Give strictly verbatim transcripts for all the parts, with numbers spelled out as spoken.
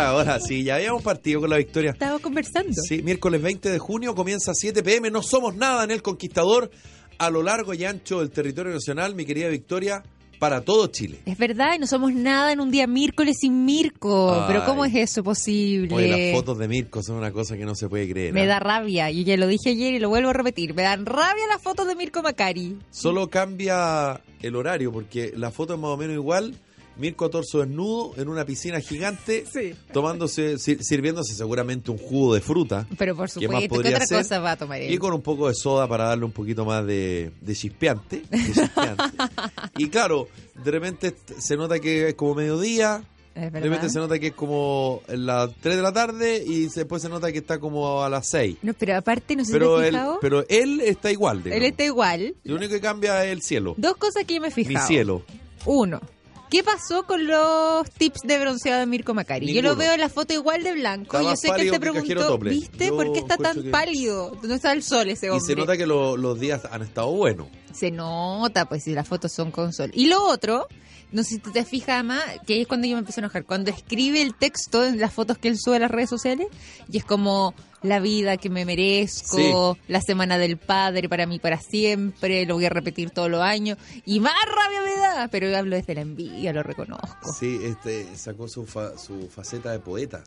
Hola, hola, sí, ya habíamos partido con la victoria. Estábamos conversando. Sí, miércoles veinte de junio, comienza a siete pe eme, no somos nada en El Conquistador, a lo largo y ancho del territorio nacional, mi querida Victoria, para todo Chile. Es verdad, y no somos nada en un día miércoles sin Mirko. Ay. Pero ¿cómo es eso posible? Oye, las fotos de Mirko son una cosa que no se puede creer. Me ¿eh? da rabia, y ya lo dije ayer y lo vuelvo a repetir. Me dan rabia las fotos de Mirko Macari. Solo cambia el horario, porque la foto es más o menos igual. Mirko a torso desnudo en una piscina gigante, Sí. tomándose, sir- sirviéndose seguramente un jugo de fruta. Pero por ¿Qué más supuesto, ¿qué podría otra ser? cosa va a tomar él? Y con un poco de soda para darle un poquito más de, de chispeante. de chispeante. Y claro, de repente se nota que es como mediodía, Es de verdad. repente se nota que es como las tres de la tarde y después se nota que está como a las seis. No, pero aparte, no sé Pero si te él, has fijado. pero él está igual. Él digamos. está igual. Lo único que cambia es el cielo. Dos cosas que yo me he Mi fijado. cielo. Uno, ¿qué pasó con los tips de bronceado de Mirko Macari? Yo Ninguno. lo veo en la foto igual de blanco. Está Yo más sé que él pálido te que cajero preguntó, tople. ¿viste? Yo ¿Por qué está tan encuentro que- pálido? ¿Dónde está el sol ese Y hombre? se nota que lo- los días han estado buenos. Se nota, pues, si las fotos son con sol. Y lo otro, no sé si tú te fijas más, que es cuando yo me empiezo a enojar, cuando escribe el texto en las fotos que él sube a las redes sociales, y es como la vida que me merezco, la semana del padre para mí para siempre, lo voy a repetir todos los años, y más rabia me da, pero yo hablo desde la envidia, lo reconozco. Sí, este sacó su, fa- su faceta de poeta.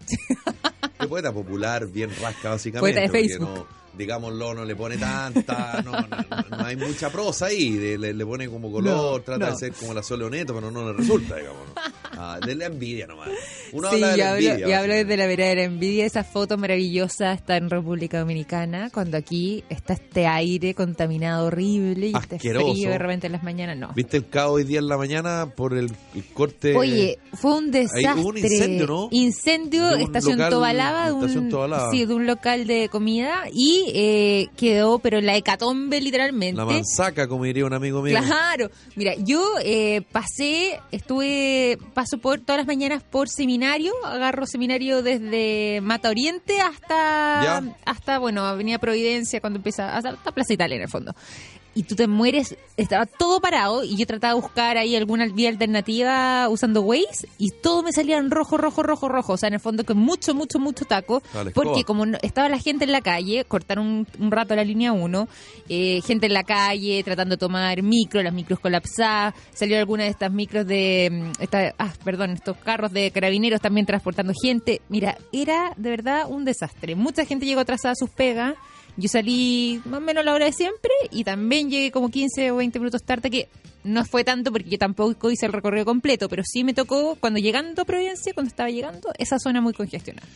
De poeta popular, bien rasca básicamente. Poeta de porque Facebook. No, digámoslo, no le pone tanta, no, no, no, no hay mucha prosa ahí, de- le, le pone como color, No, trata no. de ser como la Sole Oneto, pero no le resulta, digamos. ¿no? Ah, de la envidia nomás. Uno Sí, habla de y la hablo, envidia. y hablo desde básicamente. la verdadera envidia. Esa foto maravillosa está en República Dominicana, cuando aquí está este aire contaminado horrible y este Asqueroso. frío de repente en las mañanas. No. ¿Viste el caos hoy día en la mañana por el, el corte? Oye, fue un desastre. hubo un incendio, ¿no? Incendio, De un estación local- Tobalaba, de un, estación Tobalaba. sí, de un local de comida y eh, quedó, pero la hecatombe literalmente. La manzaca, como diría un amigo mío. Claro, mira, yo eh, pasé, estuve, paso por todas las mañanas por seminario, agarro seminario desde Mata Oriente hasta, Ya. hasta bueno, Avenida Providencia, cuando empieza, hasta, hasta Plaza Italia en el fondo. Y tú te mueres, estaba todo parado y yo trataba de buscar ahí alguna vía alternativa usando Waze y todo me salía en rojo, rojo, rojo, rojo. O sea, en el fondo con mucho, mucho, mucho taco. Dale, Porque escoba. como no- estaba la gente en la calle, cortaron un, un rato la línea uno, eh, gente en la calle tratando de tomar micro, las micros colapsadas, salió alguna de estas micros de, mm, esta, ah, perdón, estos carros de carabineros también transportando gente. Mira, era de verdad un desastre. Mucha gente llegó atrasada a sus pegas. Yo salí más o menos a la hora de siempre y también llegué como quince o veinte minutos tarde, que no fue tanto porque yo tampoco hice el recorrido completo, pero sí me tocó cuando llegando a Providencia, cuando estaba llegando, esa zona muy congestionada.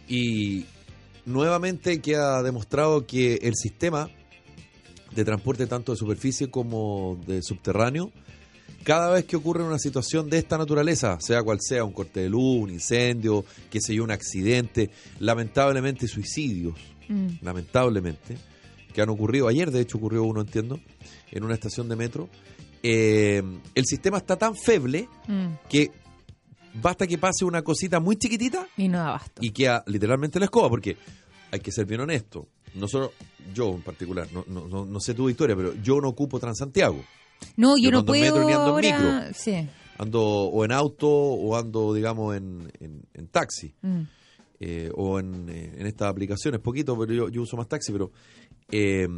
Y nuevamente queda demostrado que el sistema de transporte tanto de superficie como de subterráneo, cada vez que ocurre una situación de esta naturaleza, sea cual sea, un corte de luz, un incendio, qué sé yo, un accidente, lamentablemente suicidios, Mm. lamentablemente, que han ocurrido, ayer de hecho ocurrió uno, entiendo, en una estación de metro, eh, el sistema está tan feble Mm. que basta que pase una cosita muy chiquitita Y no da abasto. y queda literalmente la escoba, porque hay que ser bien honesto. Nosotros, yo en particular, no, no, no, no sé tu Victoria, pero yo no ocupo Transantiago. No, yo, yo no no ando en metro puedo ni ando en ahora... Sí. Ando o en auto o ando, digamos, en, en, en taxi. Mm. eh, o en, eh, en estas aplicaciones, poquito, pero yo, yo uso más taxi, pero eh,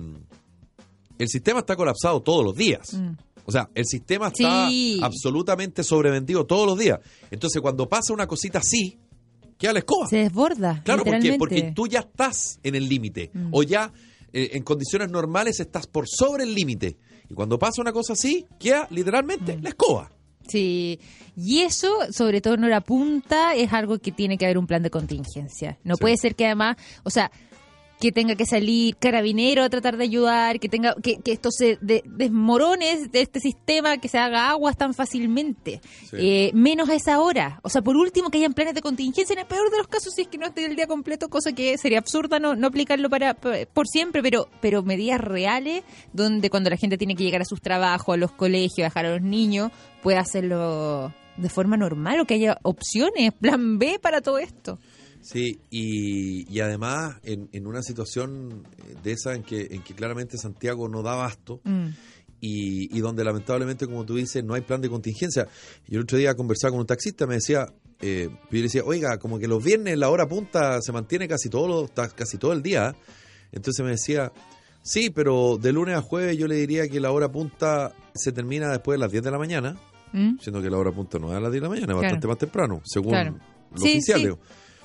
el sistema está colapsado todos los días. Mm. O sea, el sistema está Sí. absolutamente sobrevendido todos los días. Entonces, cuando pasa una cosita así, queda la escoba. Se desborda, Claro, porque, literalmente. porque tú ya estás en el límite. Mm. O ya eh, en condiciones normales estás por sobre el límite. Y cuando pasa una cosa así, queda literalmente Mm. la escoba. Sí, y eso, sobre todo en hora punta, es algo que tiene que haber un plan de contingencia. No Sí. puede ser que además, o sea, que tenga que salir carabinero a tratar de ayudar, que tenga que, que esto se de- desmorone de este sistema, que se haga aguas tan fácilmente. Sí. Eh, menos a esa hora. O sea, por último, que hayan planes de contingencia en el peor de los casos, si es que no esté el día completo, cosa que sería absurda no, no aplicarlo para por siempre, pero pero medidas reales donde cuando la gente tiene que llegar a sus trabajos, a los colegios, dejar a los niños, pueda hacerlo de forma normal o que haya opciones, plan B para todo esto. Sí, y, y además en, en una situación de esa en que, en que claramente Santiago no da abasto Mm. y, y donde lamentablemente, como tú dices, no hay plan de contingencia. Yo el otro día conversaba con un taxista, me decía, eh, yo le decía, oiga, como que los viernes la hora punta se mantiene casi todo, lo, casi todo el día. Entonces me decía, sí, pero de lunes a jueves yo le diría que la hora punta se termina después de las diez de la mañana, ¿Mm? siendo que la hora punta no es a las diez de la mañana, es claro. bastante más temprano, según claro. lo sí, oficial. Sí. Digo.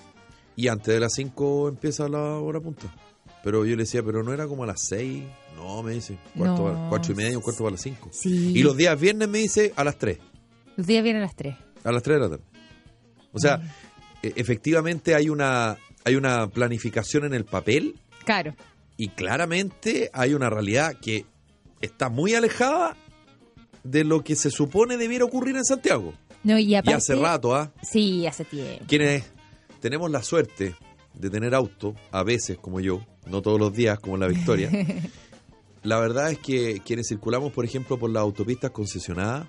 Y antes de las cinco empieza la hora punta. Pero yo le decía, pero no era como a las seis. No, me dice, cuarto, no. para, cuatro y media, un cuarto para las cinco. Sí. Y los días viernes me dice a las tres. Los días viernes a las tres. A las tres de la tarde. O sea, mm. e- efectivamente hay una, hay una planificación en el papel. Claro. Y claramente hay una realidad que está muy alejada de lo que se supone debiera ocurrir en Santiago. No, y, aparte, y hace rato, ¿ah? ¿eh? Sí, hace tiempo. Quienes tenemos la suerte de tener auto, a veces como yo, no todos los días como en La Victoria, la verdad es que quienes circulamos, por ejemplo, por las autopistas concesionadas,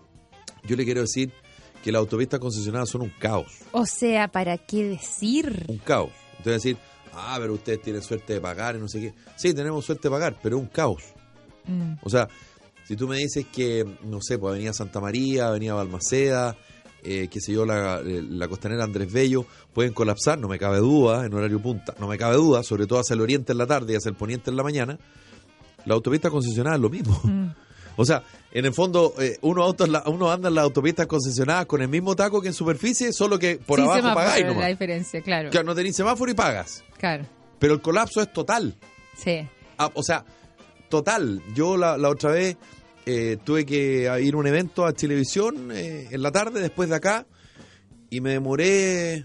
yo le quiero decir que las autopistas concesionadas son un caos. O sea, ¿para qué decir? Un caos. Entonces decir, ah, pero ustedes tienen suerte de pagar y no sé qué. Sí, tenemos suerte de pagar, pero es un caos. Mm. O sea, si tú me dices que, no sé, pues Avenida Santa María, Avenida Balmaceda, eh, qué sé yo, la, la costanera Andrés Bello, pueden colapsar, no me cabe duda, en horario punta, no me cabe duda, sobre todo hacia el oriente en la tarde y hacia el poniente en la mañana. La autopista concesionada es lo mismo. Mm. O sea, en el fondo, eh, uno, auto, uno anda en las autopistas concesionadas con el mismo taco que en superficie, solo que por sí, abajo pagáis nomás. La diferencia, claro. Claro, no tenéis semáforo y pagas. Claro. Pero el colapso es total. Sí. Ah, o sea, total. Yo la, la otra vez eh, tuve que ir a un evento a Chilevisión eh, en la tarde, después de acá, y me demoré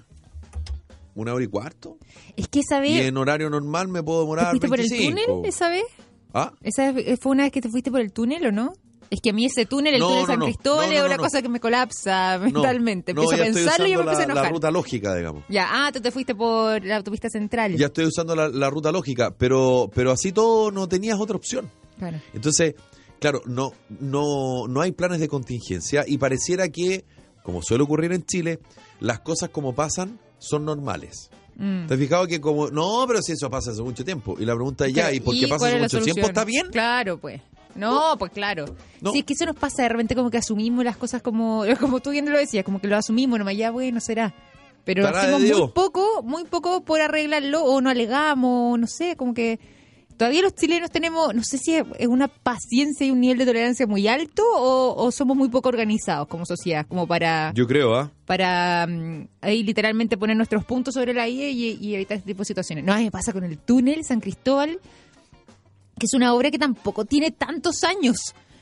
una hora y cuarto. Es que esa vez... Y en horario normal me puedo demorar ¿Te fuiste veinticinco. Por el túnel esa vez? ¿Ah? ¿Esa fue una vez que te fuiste por el túnel o no? Es que a mí ese túnel, el no, túnel no, San no, Cristóbal, no, no, es una no, cosa que me colapsa no, mentalmente. No, empiezo ya a pensarlo y yo me empiezo a enojar. La ruta lógica, digamos. Ya, ah, tú te fuiste por la autopista central. Ya estoy usando la, la ruta lógica, pero pero así todo no tenías otra opción. Claro. Entonces, claro, no, no, no hay planes de contingencia y pareciera que, como suele ocurrir en Chile, las cosas como pasan son normales. Mm. ¿Te has fijado que como, no, pero si eso pasa hace mucho tiempo? Y la pregunta es ya, ¿y por qué pasa hace mucho tiempo? ¿Está bien? Claro, pues. No, pues claro. No. Sí, es que eso nos pasa de repente como que asumimos las cosas como, como tú bien lo decías, como que lo asumimos, nomás ya, bueno, será. Pero lo hacemos muy poco, muy poco por arreglarlo, o no alegamos, no sé, como que todavía los chilenos tenemos, no sé si es una paciencia y un nivel de tolerancia muy alto o, o somos muy poco organizados como sociedad, como para... Yo creo, ¿ah? ¿eh? Para um, ahí literalmente poner nuestros puntos sobre la I E y, y evitar este tipo de situaciones. No, a mí me pasa con el túnel San Cristóbal, que es una obra que tampoco tiene tantos años.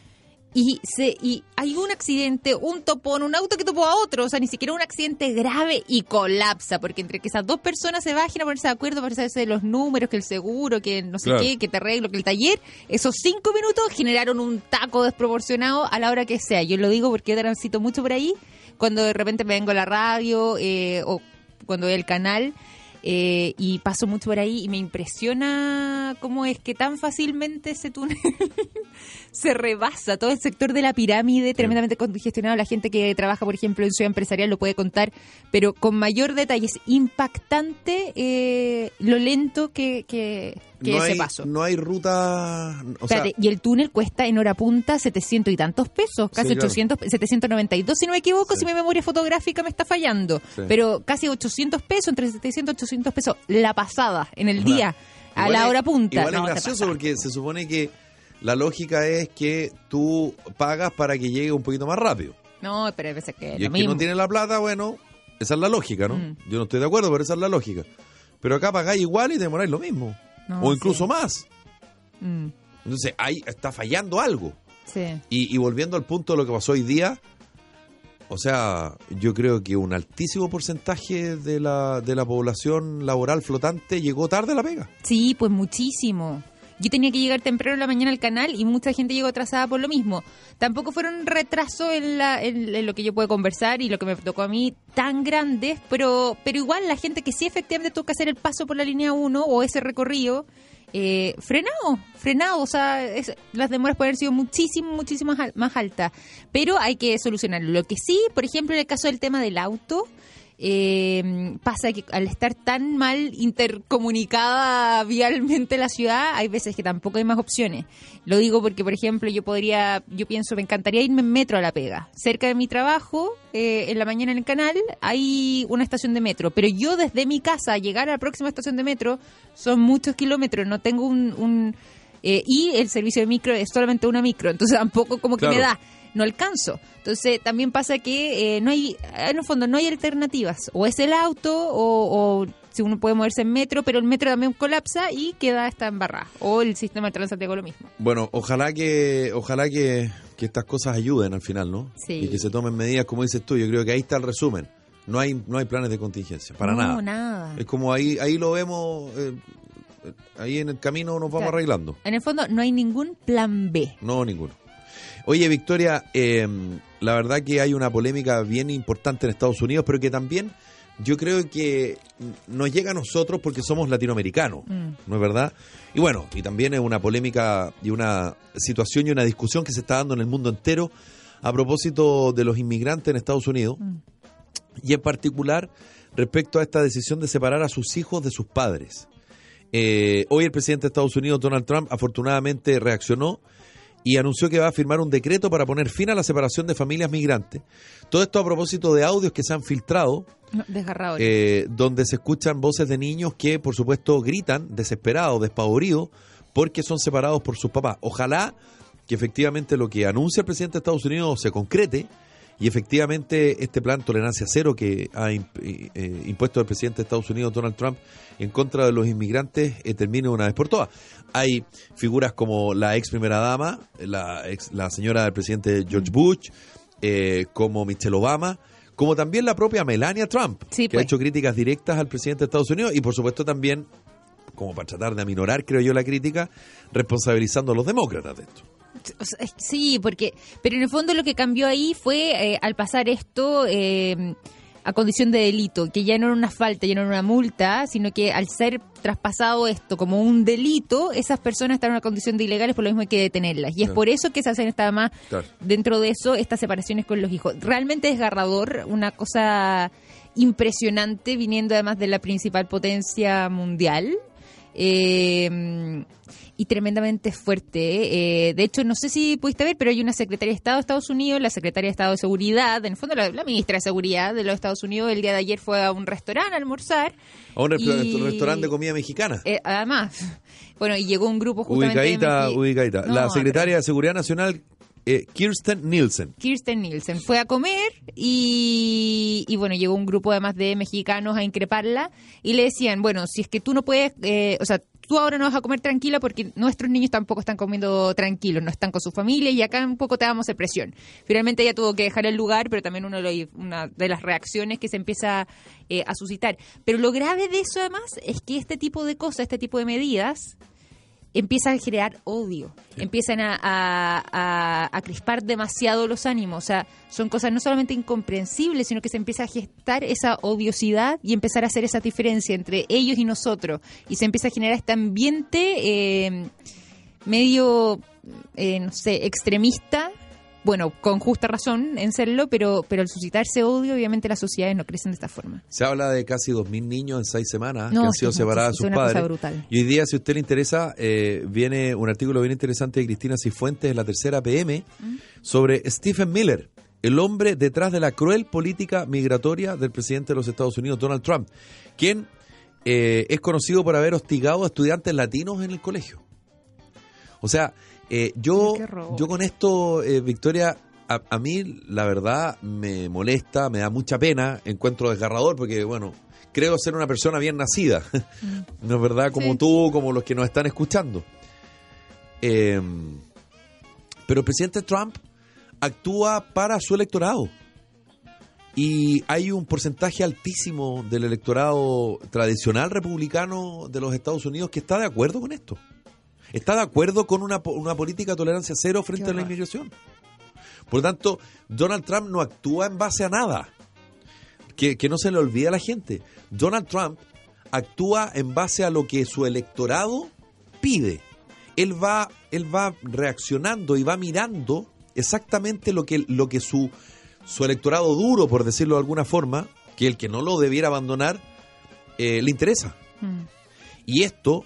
Y se y hay un accidente, un topón, un auto que topó a otro, o sea, ni siquiera un accidente grave y colapsa, porque entre que esas dos personas se bajen a ponerse de acuerdo para saberse de los números, que el seguro, que no sé claro. qué, que te arreglo, que el taller, esos cinco minutos generaron un taco desproporcionado a la hora que sea. Yo lo digo porque yo transito mucho por ahí, cuando de repente me vengo a la radio eh, o cuando veo el canal, Eh, y paso mucho por ahí y me impresiona cómo es que tan fácilmente ese túnel se rebasa. Todo el sector de la pirámide tremendamente congestionado. La gente que trabaja, por ejemplo, en Ciudad Empresarial lo puede contar, pero con mayor detalle. Es impactante eh, lo lento que, que, que no ese hay, paso. No hay ruta... O Espérate, sea, y el túnel cuesta en hora punta setecientos y tantos pesos, casi sí, ochocientos, claro. setecientos noventa y dos si no me equivoco, sí. si mi memoria fotográfica me está fallando. Sí. Pero casi ochocientos pesos, entre setecientos y ochocientos pesos la pasada, en el día, a igual la hora punta. Igual no, es gracioso porque se supone que la lógica es que tú pagas para que llegue un poquito más rápido. No, pero a veces que y el que no tiene la plata, bueno, esa es la lógica, ¿no? Mm. Yo no estoy de acuerdo, pero esa es la lógica. Pero acá pagáis igual y te demoráis lo mismo. No, o incluso sí. más. Mm. Entonces ahí está fallando algo. Sí. Y, y volviendo al punto de lo que pasó hoy día, o sea, yo creo que un altísimo porcentaje de la, de la población laboral flotante llegó tarde a la pega. Sí, pues muchísimo. Yo tenía que llegar temprano en la mañana al canal y mucha gente llegó atrasada por lo mismo. Tampoco fueron retrasos en, la, en, en lo que yo puedo conversar y lo que me tocó a mí tan grandes, pero, pero igual la gente que sí efectivamente tuvo que hacer el paso por la línea uno o ese recorrido, eh, frenado, frenado. O sea, es, las demoras pueden haber sido muchísimo, muchísimo más, más altas, pero hay que solucionarlo. Lo que sí, por ejemplo, en el caso del tema del auto, eh, pasa que al estar tan mal intercomunicada vialmente la ciudad, hay veces que tampoco hay más opciones. Lo digo porque, por ejemplo, yo podría, yo pienso, me encantaría irme en metro a La Pega. Cerca de mi trabajo, eh, en la mañana en el canal, hay una estación de metro. Pero yo desde mi casa a llegar a la próxima estación de metro son muchos kilómetros. No tengo un... un eh, y el servicio de micro es solamente una micro. Entonces tampoco como que claro. me da. No alcanzo. Entonces también pasa que eh, no hay, en el fondo no hay alternativas. O es el auto o, o si uno puede moverse en metro, pero el metro también colapsa y queda esta embarrada. O el sistema de Transantiago lo mismo. Bueno, ojalá que ojalá que, que estas cosas ayuden al final, ¿no? Sí. Y que se tomen medidas, como dices tú. Yo creo que ahí está el resumen. No hay no hay planes de contingencia, para no, nada. No, nada. Es como ahí ahí lo vemos, eh, ahí en el camino nos vamos claro. arreglando. En el fondo no hay ningún plan B. No, ninguno. Oye, Victoria, eh, la verdad que hay una polémica bien importante en Estados Unidos, pero que también yo creo que nos llega a nosotros porque somos latinoamericanos, mm. ¿no es verdad? Y bueno, y también es una polémica y una situación y una discusión que se está dando en el mundo entero a propósito de los inmigrantes en Estados Unidos, mm. y en particular respecto a esta decisión de separar a sus hijos de sus padres. Eh, hoy el presidente de Estados Unidos, Donald Trump, afortunadamente reaccionó y anunció que va a firmar un decreto para poner fin a la separación de familias migrantes. Todo esto a propósito de audios que se han filtrado, desgarradores, eh, donde se escuchan voces de niños que, por supuesto, gritan desesperados, despavoridos, porque son separados por sus papás. Ojalá que efectivamente lo que anuncia el presidente de Estados Unidos se concrete y efectivamente este plan Tolerancia Cero que ha imp- eh, impuesto el presidente de Estados Unidos, Donald Trump, en contra de los inmigrantes, eh, termine una vez por todas. Hay figuras como la ex primera dama, la, ex, la señora del presidente George Bush, eh, como Michelle Obama, como también la propia Melania Trump, sí, que pues. ha hecho críticas directas al presidente de Estados Unidos y por supuesto también, como para tratar de aminorar, creo yo, la crítica, responsabilizando a los demócratas de esto. Sí, porque, pero en el fondo lo que cambió ahí fue, eh, al pasar esto eh, a condición de delito, que ya no era una falta, ya no era una multa, sino que al ser traspasado esto como un delito, esas personas están en una condición de ilegales, por lo mismo hay que detenerlas. Y es claro. por eso que se hacen esta más, claro. dentro de eso, estas separaciones con los hijos. Realmente desgarrador, una cosa impresionante, viniendo además de la principal potencia mundial. Eh, y tremendamente fuerte. Eh, de hecho, no sé si pudiste ver, pero hay una secretaria de Estado de Estados Unidos, la secretaria de Estado de Seguridad, en el fondo la, la ministra de Seguridad de los Estados Unidos, el día de ayer fue a un restaurante a almorzar. A un y, restaurante de comida mexicana. Eh, además, bueno, y llegó un grupo justamente... Ubicadita, de Meji- ubicadita. No, la secretaria pero... de Seguridad Nacional, eh, Kirsten Nielsen. Kirsten Nielsen fue a comer y, y bueno, llegó un grupo además de mexicanos a increparla y le decían, bueno, si es que tú no puedes, eh, o sea, tú ahora no vas a comer tranquila porque nuestros niños tampoco están comiendo tranquilos, no están con su familia y acá un poco te vamos a hacer presión. Finalmente ella tuvo que dejar el lugar, pero también uno de los, una de las reacciones que se empieza eh, a suscitar. Pero lo grave de eso además es que este tipo de cosas, este tipo de medidas empiezan a generar odio, sí. empiezan a, a, a, a crispar demasiado los ánimos, o sea, son cosas no solamente incomprensibles, sino que se empieza a gestar esa odiosidad y empezar a hacer esa diferencia entre ellos y nosotros, y se empieza a generar este ambiente eh, medio, eh, no sé, extremista, bueno, con justa razón en serlo, pero pero al suscitarse odio, obviamente las sociedades no crecen de esta forma. Se habla de casi dos mil niños en seis semanas no, que han sido separados de sus padres. Brutal. Y hoy día, si a usted le interesa, eh, viene un artículo bien interesante de Cristina Cifuentes en la Tercera P M ¿Mm? sobre Stephen Miller, el hombre detrás de la cruel política migratoria del presidente de los Estados Unidos, Donald Trump, quien eh, es conocido por haber hostigado a estudiantes latinos en el colegio. O sea... Eh, yo, yo con esto, eh, Victoria, a, a mí la verdad me molesta, me da mucha pena, encuentro desgarrador porque, bueno, creo ser una persona bien nacida, mm. ¿no es verdad? Como sí. tú, como los que nos están escuchando. Eh, pero el presidente Trump actúa para su electorado y hay un porcentaje altísimo del electorado tradicional republicano de los Estados Unidos que está de acuerdo con esto. Está de acuerdo con una, una política de tolerancia cero frente a la inmigración. Por lo tanto, Donald Trump no actúa en base a nada. Que, que no se le olvide a la gente. Donald Trump actúa en base a lo que su electorado pide. Él va, él va reaccionando y va mirando exactamente lo que, lo que su, su electorado duro, por decirlo de alguna forma, que el que no lo debiera abandonar eh, le interesa. Mm. Y esto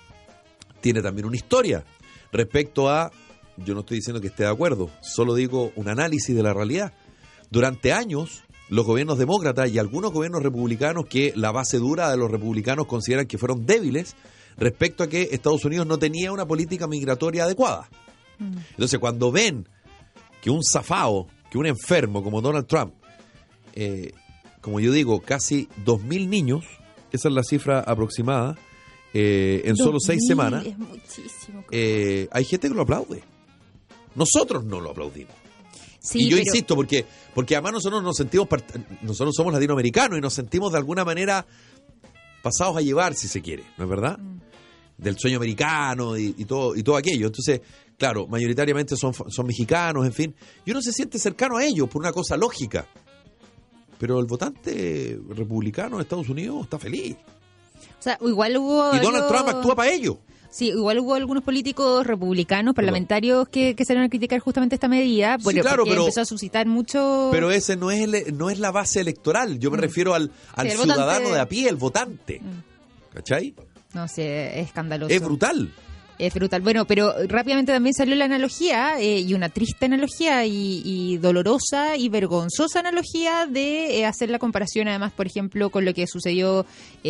tiene también una historia respecto a, yo no estoy diciendo que esté de acuerdo, solo digo un análisis de la realidad. Durante años, los gobiernos demócratas y algunos gobiernos republicanos, que la base dura de los republicanos consideran que fueron débiles respecto a que Estados Unidos no tenía una política migratoria adecuada. Mm. Entonces, cuando ven que un zafao, que un enfermo como Donald Trump, eh, como yo digo, casi dos mil niños, esa es la cifra aproximada, eh, en solo seis semanas, es muchísimo. Eh, hay gente que lo aplaude. Nosotros no lo aplaudimos. Sí, y yo pero... insisto, porque porque además nosotros nos sentimos, nosotros somos latinoamericanos y nos sentimos de alguna manera pasados a llevar, si se quiere, ¿no es verdad? Mm. Del sueño americano y, y todo y todo aquello. Entonces, claro, mayoritariamente son, son mexicanos, en fin. Y uno se siente cercano a ellos por una cosa lógica. Pero el votante republicano de Estados Unidos está feliz. O sea, igual hubo... Y Donald algo... Trump actúa para ello. Sí, igual hubo algunos políticos republicanos, parlamentarios, que, que salieron a criticar justamente esta medida, sí, bueno, claro, porque pero, empezó a suscitar mucho... Pero ese no es el, no es la base electoral. Yo me mm. refiero al, al sí, ciudadano votante... de a pie, el votante. Mm. ¿Cachai? No sé, es escandaloso. Es brutal. Es brutal. Bueno, pero rápidamente también salió la analogía, eh, y una triste analogía, y, y dolorosa y vergonzosa analogía de eh, hacer la comparación, además, por ejemplo, con lo que sucedió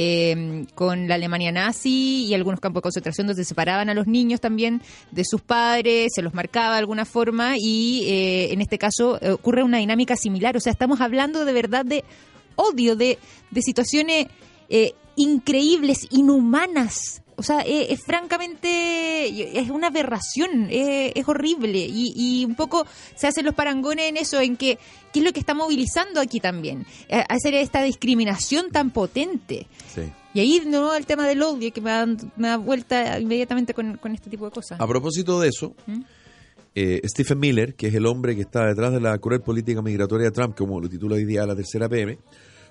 eh, con la Alemania nazi y algunos campos de concentración donde separaban a los niños también de sus padres, se los marcaba de alguna forma, y eh, en este caso eh, ocurre una dinámica similar. O sea, estamos hablando de verdad de odio, de, de situaciones eh, increíbles, inhumanas. O sea, es, es francamente, es una aberración, es, es horrible. Y, y un poco se hacen los parangones en eso, en que, ¿qué es lo que está movilizando aquí también? A hacer esta discriminación tan potente. Sí. Y ahí, ¿no?, el tema del odio, que me da, me da vuelta inmediatamente con, con este tipo de cosas. A propósito de eso, ¿Mm? eh, Stephen Miller, que es el hombre que está detrás de la cruel política migratoria de Trump, como lo titula hoy día la tercera P M,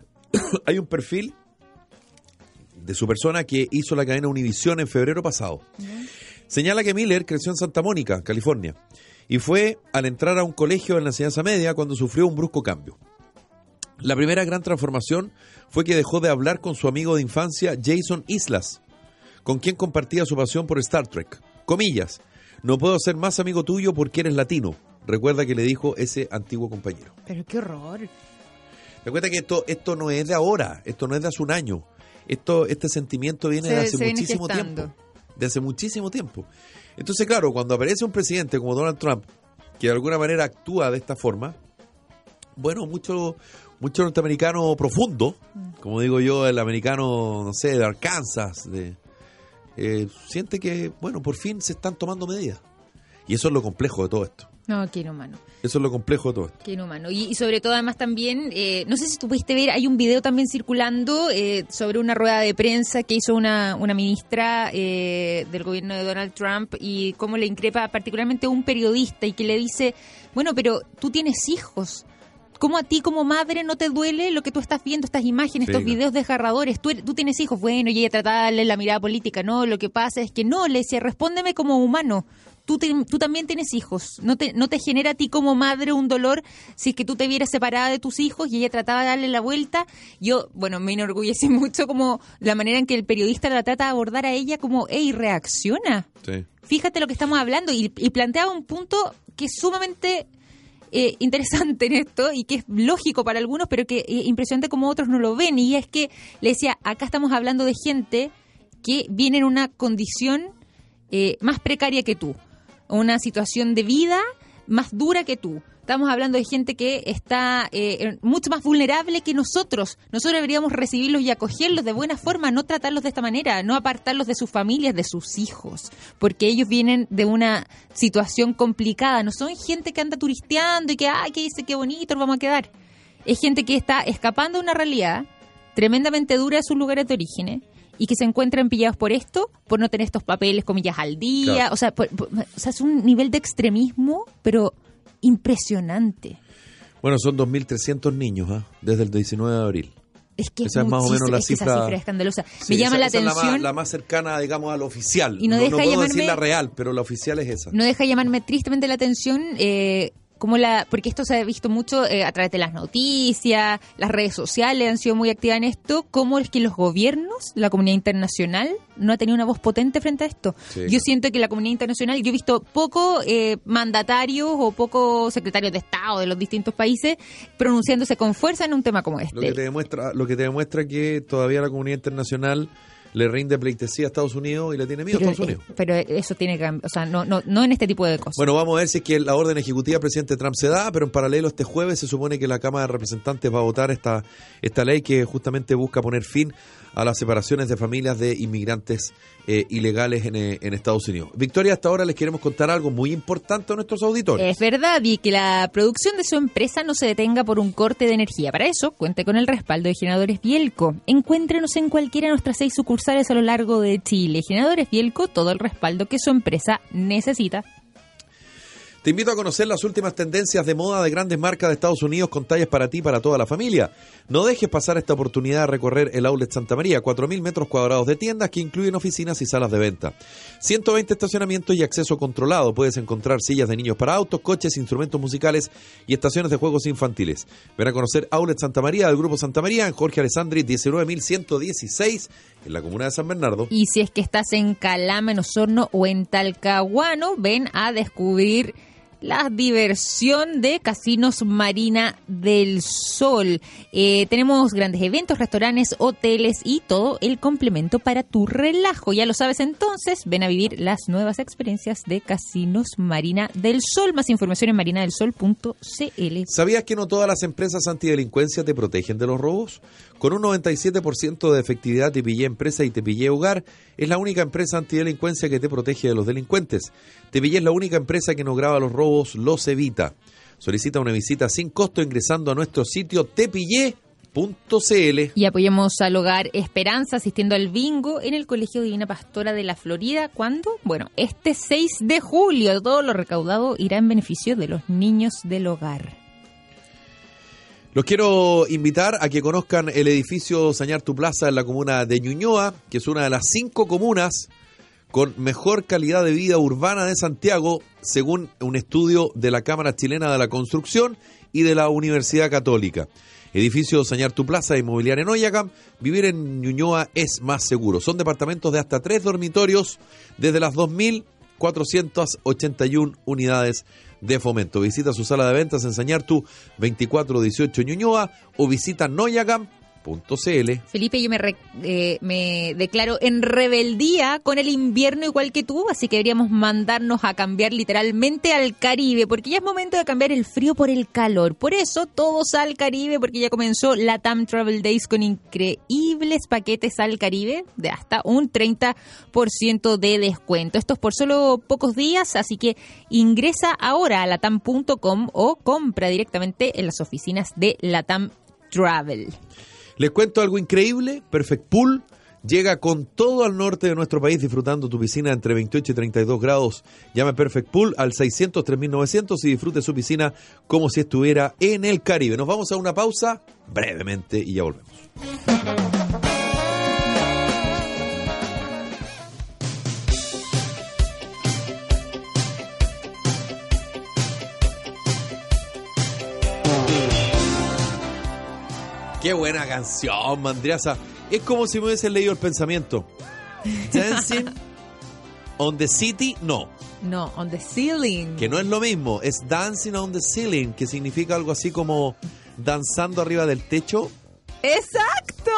hay un perfil de su persona que hizo la cadena Univisión en febrero pasado. Uh-huh. Señala que Miller creció en Santa Mónica, California, y fue al entrar a un colegio en la enseñanza media cuando sufrió un brusco cambio. La primera gran transformación fue que dejó de hablar con su amigo de infancia, Jason Islas, con quien compartía su pasión por Star Trek. Comillas, no puedo ser más amigo tuyo porque eres latino, recuerda que le dijo ese antiguo compañero. Pero qué horror. Recuerda que esto, esto no es de ahora, esto no es de hace un año. Esto, este sentimiento viene se, de hace muchísimo tiempo. De hace muchísimo tiempo. Entonces, claro, cuando aparece un presidente como Donald Trump, que de alguna manera actúa de esta forma, bueno, mucho, mucho norteamericano profundo, como digo yo, el americano, no sé, de Arkansas, de, eh, siente que, bueno, por fin se están tomando medidas. Y eso es lo complejo de todo esto. No, qué inhumano. Eso es lo complejo de todo esto. Qué inhumano. Y, y sobre todo, además, también, eh, no sé si tú pudiste ver, hay un video también circulando eh, sobre una rueda de prensa que hizo una, una ministra eh, del gobierno de Donald Trump, y cómo le increpa particularmente a un periodista y que le dice, bueno, pero tú tienes hijos. ¿Cómo a ti como madre no te duele lo que tú estás viendo, estas imágenes, sí, estos no. videos desgarradores? Tú, tú tienes hijos, bueno, y ella trataba de darle la mirada política. No, lo que pasa es que no, le decía, respóndeme como humano. Tú, te, tú también tienes hijos. No te, no te genera a ti como madre un dolor si es que tú te vieras separada de tus hijos, y ella trataba de darle la vuelta. Yo, bueno, me enorgullece mucho como la manera en que el periodista la trata de abordar a ella como, hey, reacciona. Sí. Fíjate lo que estamos hablando. Y, y planteaba un punto que es sumamente... Eh, interesante en esto, y que es lógico para algunos, pero que eh, impresionante como otros no lo ven, y es que le decía, acá estamos hablando de gente que viene en una condición eh, más precaria que tú, una situación de vida más dura que tú. Estamos hablando de gente que está eh, mucho más vulnerable que nosotros. Nosotros deberíamos recibirlos y acogerlos de buena forma, no tratarlos de esta manera, no apartarlos de sus familias, de sus hijos, porque ellos vienen de una situación complicada. No son gente que anda turisteando y que, ay, que dice qué bonito, nos vamos a quedar. Es gente que está escapando de una realidad tremendamente dura de sus lugares de origen, y que se encuentran pillados por esto, por no tener estos papeles, comillas, al día. Claro. O sea, por, por, o sea, es un nivel de extremismo, pero... impresionante. Bueno, son dos mil trescientos niños, ¿eh? Desde el diecinueve de abril. Es que esa es más o menos la es que cifra. Esa cifra es escandalosa. Sí, Me llama esa, la esa atención. Es la más, la más cercana, digamos, a lo oficial. Y no, no, deja no puedo llamarme, decir la real, pero la oficial es esa. No deja llamarme tristemente la atención eh, como la, porque esto se ha visto mucho eh, a través de las noticias, las redes sociales han sido muy activas en esto, cómo es que los gobiernos, la comunidad internacional, no ha tenido una voz potente frente a esto. Sí. Yo siento que la comunidad internacional, yo he visto pocos eh, mandatarios o pocos secretarios de Estado de los distintos países pronunciándose con fuerza en un tema como este. Lo que te demuestra, lo que te demuestra que todavía la comunidad internacional le rinde pleitesía a Estados Unidos y le tiene miedo pero, a Estados Unidos. Eh, pero eso tiene que, o sea, no, no, no en este tipo de cosas. Bueno, vamos a ver si es que la orden ejecutiva del presidente Trump se da, pero en paralelo este jueves se supone que la Cámara de Representantes va a votar esta, esta ley que justamente busca poner fin a las separaciones de familias de inmigrantes eh, ilegales en, en Estados Unidos. Victoria, hasta ahora les queremos contar algo muy importante a nuestros auditores. Es verdad, y que la producción de su empresa no se detenga por un corte de energía. Para eso, cuente con el respaldo de Generadores Bielco. Encuéntrenos en cualquiera de nuestras seis sucursales a lo largo de Chile. Generadores Bielco, todo el respaldo que su empresa necesita. Te invito a conocer las últimas tendencias de moda de grandes marcas de Estados Unidos con tallas para ti y para toda la familia. No dejes pasar esta oportunidad de recorrer el Outlet Santa María, cuatro mil metros cuadrados de tiendas que incluyen oficinas y salas de venta. ciento veinte estacionamientos y acceso controlado. Puedes encontrar sillas de niños para autos, coches, instrumentos musicales y estaciones de juegos infantiles. Ven a conocer Outlet Santa María del Grupo Santa María en Jorge Alessandri diecinueve mil ciento dieciséis en la comuna de San Bernardo. Y si es que estás en Calama, en Osorno o en Talcahuano, ven a descubrir la diversión de Casinos Marina del Sol. Eh, tenemos grandes eventos, restaurantes, hoteles y todo el complemento para tu relajo. Ya lo sabes entonces, ven a vivir las nuevas experiencias de Casinos Marina del Sol. Más información en marina del sol punto c l. ¿Sabías que no todas las empresas antidelincuencia te protegen de los robos? Con un noventa y siete por ciento de efectividad, Tepillé Empresa y Tepillé Hogar es la única empresa antidelincuencia que te protege de los delincuentes. Tepillé es la única empresa que no graba los robos, los evita. Solicita una visita sin costo ingresando a nuestro sitio tepillé punto c l. Y apoyemos al Hogar Esperanza asistiendo al bingo en el Colegio Divina Pastora de la Florida. ¿Cuándo? Bueno, este seis de julio. Todo lo recaudado irá en beneficio de los niños del hogar. Los quiero invitar a que conozcan el edificio Sañartu Plaza en la comuna de Ñuñoa, que es una de las cinco comunas con mejor calidad de vida urbana de Santiago, según un estudio de la Cámara Chilena de la Construcción y de la Universidad Católica. Edificio Sañartu Plaza, inmobiliaria en Ollagam. Vivir en Ñuñoa es más seguro. Son departamentos de hasta tres dormitorios desde las dos mil cuatrocientas ochenta y una unidades de Fomento. Visita su sala de ventas en Sañartu veinticuatro dieciocho Ñuñoa o visita noyagam punto c l. Felipe, yo me, re, eh, me declaro en rebeldía con el invierno igual que tú, así que deberíamos mandarnos a cambiar literalmente al Caribe, porque ya es momento de cambiar el frío por el calor. Por eso, todos al Caribe, porque ya comenzó LATAM Travel Days con increíbles paquetes al Caribe de hasta un treinta por ciento de descuento. Esto es por solo pocos días, así que ingresa ahora a latam punto com o compra directamente en las oficinas de LATAM Travel. Les cuento algo increíble. Perfect Pool llega con todo al norte de nuestro país, disfrutando tu piscina entre veintiocho y treinta y dos grados. Llame Perfect Pool al seiscientos tres mil novecientos y disfrute su piscina como si estuviera en el Caribe. Nos vamos a una pausa brevemente y ya volvemos. Qué buena canción, Mandriasa. Es como si me hubiesen leído el pensamiento. Dancing on the City, no. No, on the ceiling. Que no es lo mismo, es Dancing on the Ceiling, que significa algo así como danzando arriba del techo. ¡Exacto!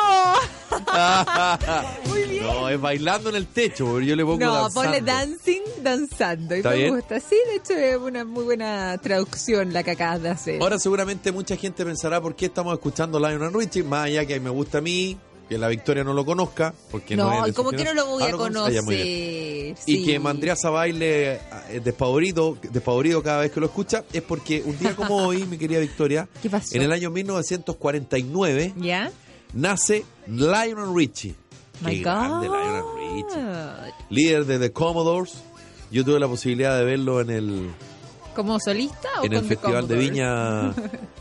Muy bien. No, es bailando en el techo, porque yo le pongo no, danzando. ponle dancing, danzando. Y ¿Está me bien? gusta. Sí, de hecho es una muy buena traducción la que acabas de hacer. Ahora seguramente mucha gente pensará por qué estamos escuchando Lionel Richie, más allá que me gusta a mí, que la Victoria no lo conozca, porque no, no es de ¿cómo su que no generación. lo voy Ah, a ¿lo conoce? conocer? Ah, ya, muy bien. Sí. Y que Mandriasa baile eh, despavorido, despavorido cada vez que lo escucha, es porque un día como hoy, mi querida Victoria, ¿Qué pasó? en el año mil novecientos cuarenta y nueve, ¿Ya? nace Lionel Richie. My Qué God. grande Lionel Richie. Líder de The Commodores. Yo tuve la posibilidad de verlo en el ¿Como solista o en el con The Festival de Commodores? Viña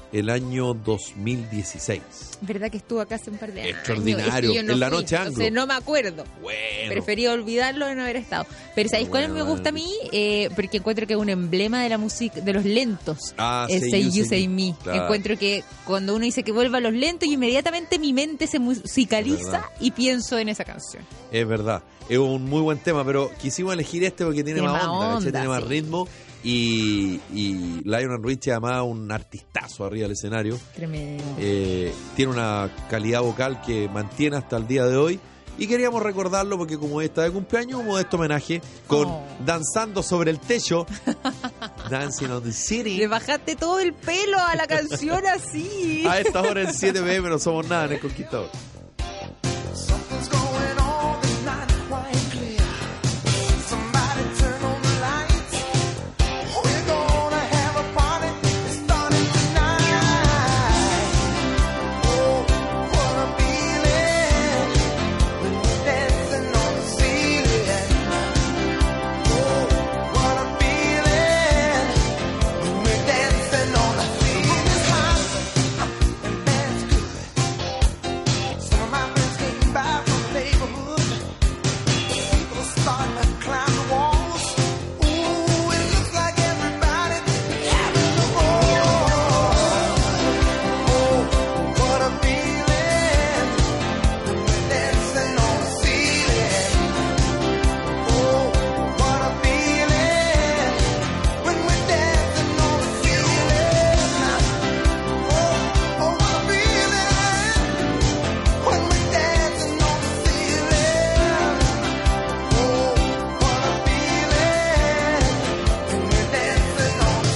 el año dos mil dieciséis. ¿Verdad que estuvo acá hace un par de años? Extraordinario, Es que yo no en la fui, noche anglo. entonces no me acuerdo. Bueno. Preferí olvidarlo de no haber estado. Pero ¿sabéis cuál Bueno, me gusta a mí? Eh, porque encuentro que es un emblema de la música, de los lentos. Ah, el Say Say You, You, Say Say Me. Me. Claro. Encuentro que cuando uno dice que vuelva a los lentos, inmediatamente mi mente se musicaliza ¿Verdad? y pienso en esa canción. Es verdad, es un muy buen tema, pero quisimos elegir este porque tiene, Tiene más más onda, ¿cachai? onda, tiene más sí. ritmo. Y, y Lionel Richie, además, un artistazo arriba del escenario. Tremendo. Eh, tiene una calidad vocal que mantiene hasta el día de hoy. Y queríamos recordarlo porque, como está de cumpleaños, un modesto homenaje con Oh. Danzando sobre el Techo. Dancing on the City. Le bajaste todo el pelo a la canción así. A esta hora en siete pe eme no somos nada en El Conquistador. Something's going on that's not quite clear. Somebody turn on the lights. We're gonna have a party starting tonight. Oh, what a feeling when we're dancing on the ceiling. Oh, what a feeling when we're dancing on the ceiling. It's hot and that's good. Some of my friends came by from the neighborhood. People are starting to climb the walls. Ooh, it looks like everybody's having a ball. Oh, what a feeling when we're dancing on the ceiling. Oh, what a feeling when we're dancing on the ceiling. Oh, oh, what a feeling when we're dancing on the ceiling. Oh, what a feeling when we're dancing on the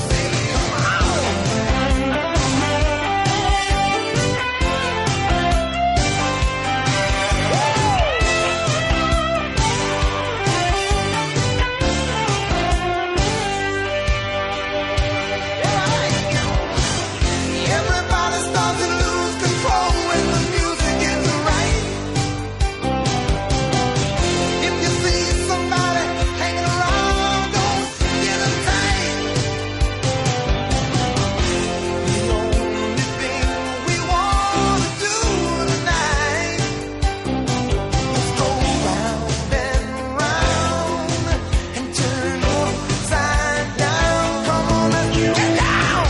ceiling. Everybody starts to lose control when the music is right. If you see somebody hanging around, don't get them tight. The only thing we want to do tonight is go round and round and turn upside down. Come on, let's get down.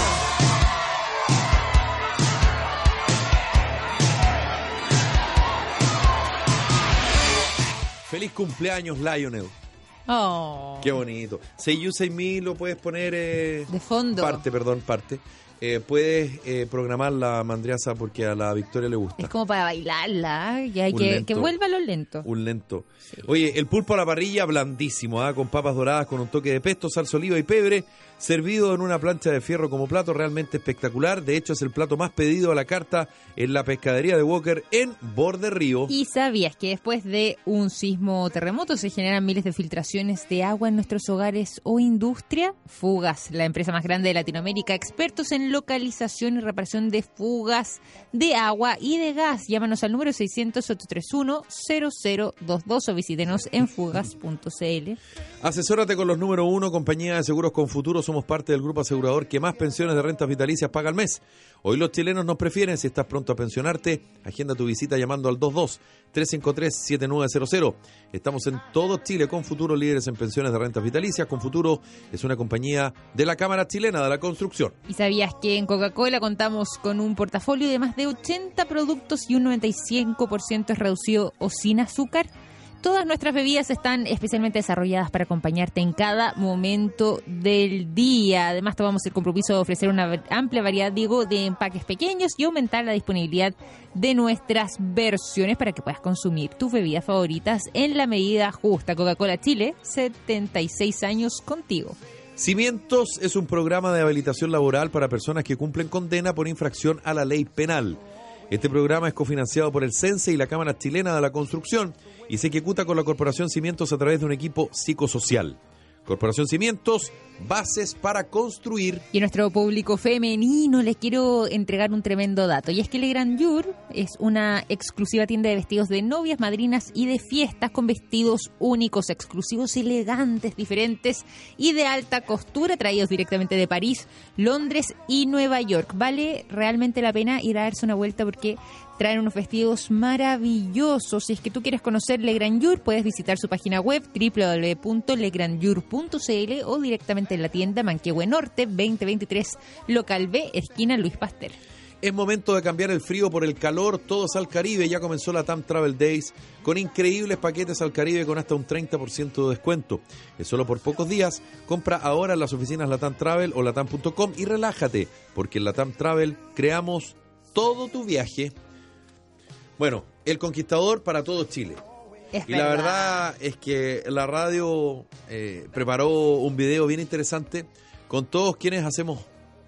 Feliz cumpleaños, Lionel. Oh. Qué bonito. Say You, Say Me lo puedes poner... eh, De fondo. Parte, perdón, parte. Eh, puedes eh, programar la mandriaza porque a la Victoria le gusta. Es como para bailarla, ¿eh? Y hay Un que, lento. que vuelva a lo lento. Un lento. Oye, el pulpo a la parrilla blandísimo, ¿ah? Con papas doradas, con un toque de pesto, salsa oliva y pebre, servido en una plancha de fierro como plato, realmente espectacular. De hecho, es el plato más pedido a la carta en la pescadería de Walker en Borde Río. ¿Y sabías que después de un sismo o terremoto se generan miles de filtraciones de agua en nuestros hogares o industria? Fugas, la empresa más grande de Latinoamérica, expertos en localización y reparación de fugas de agua y de gas. Llámanos al número seiscientos, ocho tres uno, cero cero dos dos o visítenos en fugas punto c l. Asesórate con los número uno, compañía de seguros con futuro. Somos parte del grupo asegurador que más pensiones de rentas vitalicias paga al mes. Hoy los chilenos nos prefieren. Si estás pronto a pensionarte, agenda tu visita llamando al dos dos, tres cinco tres, siete nueve cero cero. Estamos en todo Chile con Futuro, líderes en pensiones de rentas vitalicias. Con Futuro es una compañía de la Cámara Chilena de la Construcción. ¿Y sabías que en Coca-Cola contamos con un portafolio de más de ochenta productos y un noventa y cinco por ciento es reducido o sin azúcar? Todas nuestras bebidas están especialmente desarrolladas para acompañarte en cada momento del día. Además, tomamos el compromiso de ofrecer una amplia variedad, digo, de empaques pequeños y aumentar la disponibilidad de nuestras versiones para que puedas consumir tus bebidas favoritas en la medida justa. Coca-Cola Chile, setenta y seis años contigo. Cimientos es un programa de habilitación laboral para personas que cumplen condena por infracción a la ley penal. Este programa es cofinanciado por el CENSE y la Cámara Chilena de la Construcción y se ejecuta con la Corporación Cimientos a través de un equipo psicosocial. Corporación Cimientos, bases para construir. Y a nuestro público femenino les quiero entregar un tremendo dato. Y es que Le Grand Jour es una exclusiva tienda de vestidos de novias, madrinas y de fiestas con vestidos únicos, exclusivos, elegantes, diferentes y de alta costura, traídos directamente de París, Londres y Nueva York. Vale realmente la pena ir a darse una vuelta porque traen unos vestidos maravillosos. Si es que tú quieres conocer Le Grand Jour, puedes visitar su página web doble u doble u doble u punto le grand jour punto c l o directamente en la tienda Manquehue Norte veinte veintitrés, local B, esquina Luis Pasteur. Es momento de cambiar el frío por el calor, todos al Caribe. Ya comenzó la T A M Travel Days con increíbles paquetes al Caribe con hasta un treinta por ciento de descuento. Es solo por pocos días. Compra ahora en las oficinas Latam Travel o latam punto com y relájate, porque en Latam Travel creamos todo tu viaje. Bueno, El Conquistador para todo Chile. Es y verdad. La verdad es que la radio eh, preparó un video bien interesante con todos quienes hacemos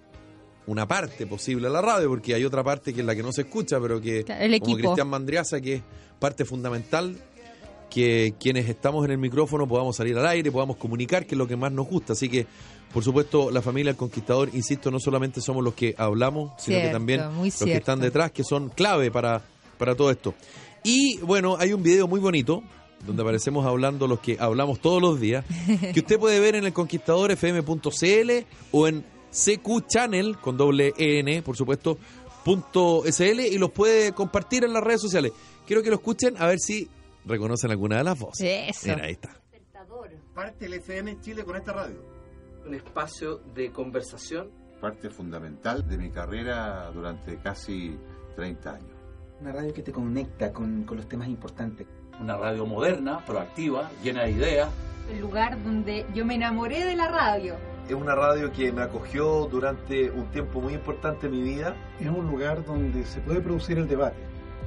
una parte posible de la radio, porque hay otra parte que es la que no se escucha, pero que el como Cristian Mandriaza, que es parte fundamental, que quienes estamos en el micrófono podamos salir al aire, podamos comunicar, que es lo que más nos gusta. Así que, por supuesto, la familia El Conquistador, insisto, no solamente somos los que hablamos, sino cierto, que también los cierto. que están detrás, que son clave para, para todo esto. Y bueno, hay un video muy bonito donde aparecemos hablando los que hablamos todos los días, que usted puede ver en el conquistador f m punto c l o en C Q Channel, con doble E N, por supuesto, punto S L, y los puede compartir en las redes sociales. Quiero que lo escuchen a ver si reconocen alguna de las voces. Eso. Mira, ahí está. Parte el F M Chile con esta radio. Un espacio de conversación. Parte fundamental de mi carrera durante casi treinta años. Una radio que te conecta con, con los temas importantes. Una radio moderna, proactiva, llena de ideas. El lugar donde yo me enamoré de la radio. Es una radio que me acogió durante un tiempo muy importante en mi vida. Es un lugar donde se puede producir el debate.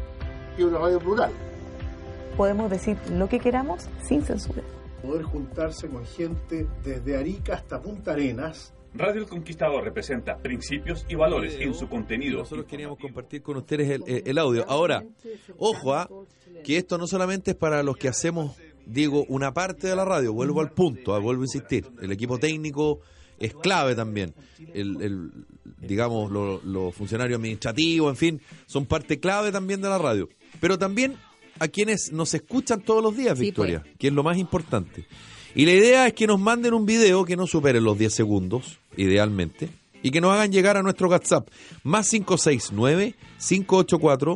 Y una radio plural. Podemos decir lo que queramos sin censura. Poder juntarse con gente desde Arica hasta Punta Arenas. Radio El Conquistador representa principios y valores en su contenido. Nosotros queríamos compartir con ustedes el, el, el audio. Ahora, ojo, ¿ah? que esto no solamente es para los que hacemos, digo, una parte de la radio. Vuelvo al punto, ¿ah? vuelvo a insistir. El equipo técnico es clave también. El, el digamos, los lo funcionarios administrativos, en fin, son parte clave también de la radio. Pero también a quienes nos escuchan todos los días, Victoria, sí, pues, que es lo más importante. Y la idea es que nos manden un video que no supere los diez segundos, idealmente, y que nos hagan llegar a nuestro WhatsApp, más cinco seis nueve, cinco ocho cuatro,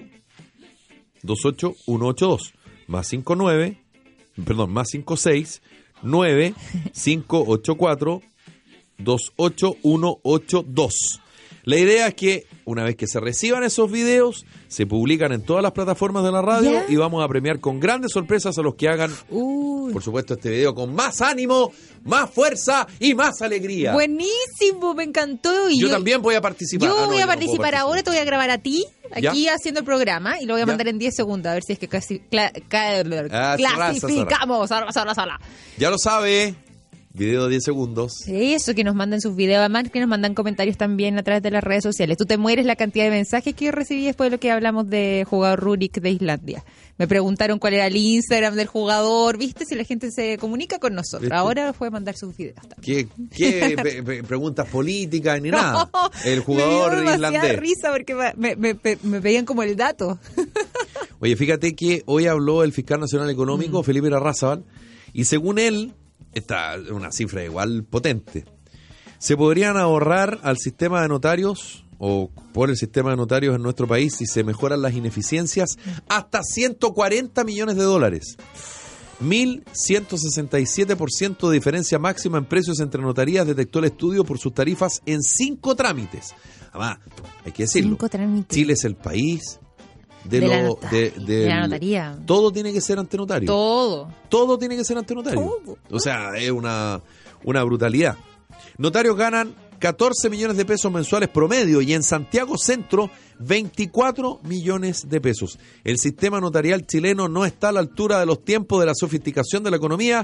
dos ocho uno ocho dos, más cinco nueve, perdón, más cinco seis nueve, cinco ocho cuatro, dos ocho uno ocho dos. La idea es que una vez que se reciban esos videos, se publican en todas las plataformas de la radio, ¿ya? Y vamos a premiar con grandes sorpresas a los que hagan, Uy. por supuesto, este video con más ánimo, más fuerza y más alegría. Buenísimo, me encantó. Y yo, yo también voy a participar. Yo ah, no, voy a yo participar, no participar ahora, te voy a grabar a ti, aquí ¿ya? haciendo el programa, y lo voy a mandar ¿ya? en diez segundos, a ver si es que casi, cla, cla, ah, clasificamos. Ahora, ahora, ahora. Ya lo sabe. Video de diez segundos. Eso, que nos manden sus videos, además que nos mandan comentarios también a través de las redes sociales. Tú te mueres la cantidad de mensajes que yo recibí después de lo que hablamos de jugador Rurik de Islandia. Me preguntaron cuál era el Instagram del jugador, ¿viste? Si la gente se comunica con nosotros. ¿Viste? Ahora puede mandar sus videos también. ¿Qué, qué pe, pe, preguntas políticas ni no, nada? El jugador me dio islandés. Me risa porque me, me, me, me pedían como el dato. Oye, fíjate que hoy habló el fiscal nacional económico, mm. Felipe Larrazábal, y según él, esta es una cifra igual potente, se podrían ahorrar al sistema de notarios o por el sistema de notarios en nuestro país, si se mejoran las ineficiencias, hasta ciento cuarenta millones de dólares. mil ciento sesenta y siete por ciento de diferencia máxima en precios entre notarías detectó el estudio por sus tarifas en cinco trámites. Además, hay que decirlo, Chile es el país de, de, lo, la nota, de, de, de la notaría. Todo tiene que ser ante notario. Todo. Todo tiene que ser ante notario. Todo. O sea, es una, una brutalidad. Notarios ganan catorce millones de pesos mensuales promedio y en Santiago Centro veinticuatro millones de pesos. El sistema notarial chileno no está a la altura de los tiempos de la sofisticación de la economía,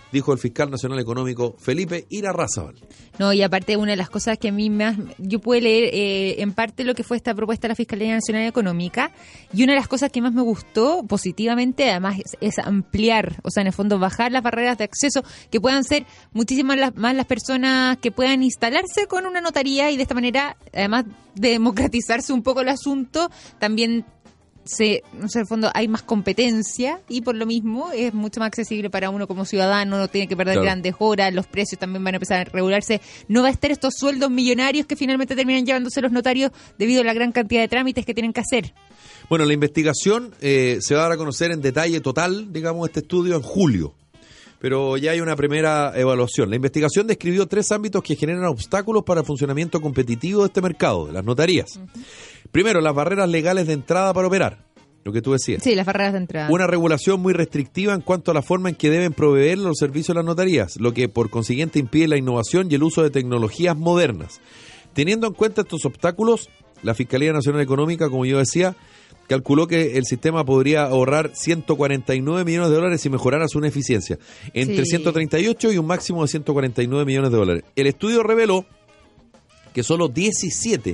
dijo el fiscal nacional económico Felipe Irarrázaval. No, y aparte una de las cosas que a mí más, yo pude leer eh, en parte lo que fue esta propuesta de la Fiscalía Nacional Económica, y una de las cosas que más me gustó positivamente, además, es, es ampliar, o sea, en el fondo bajar las barreras de acceso, que puedan ser muchísimas las, más las personas que puedan instalarse con una notaría, y de esta manera, además de democratizarse un poco el asunto, también se, no sé, en el fondo hay más competencia, y por lo mismo es mucho más accesible para uno como ciudadano, no tiene que perder Claro. grandes horas, los precios también van a empezar a regularse, no va a estar estos sueldos millonarios que finalmente terminan llevándose los notarios debido a la gran cantidad de trámites que tienen que hacer. Bueno, la investigación eh, se va a dar a conocer en detalle total, digamos, este estudio en julio. Pero ya hay una primera evaluación. La investigación describió tres ámbitos que generan obstáculos para el funcionamiento competitivo de este mercado, de las notarías. Uh-huh. Primero, las barreras legales de entrada para operar, lo que tú decías. Sí, las barreras de entrada. Una regulación muy restrictiva en cuanto a la forma en que deben proveer los servicios de las notarías, lo que por consiguiente impide la innovación y el uso de tecnologías modernas. Teniendo en cuenta estos obstáculos, la Fiscalía Nacional Económica, como yo decía, calculó que el sistema podría ahorrar ciento cuarenta y nueve millones de dólares si mejorara su eficiencia, entre Sí. ciento treinta y ocho y un máximo de ciento cuarenta y nueve millones de dólares. El estudio reveló que solo diecisiete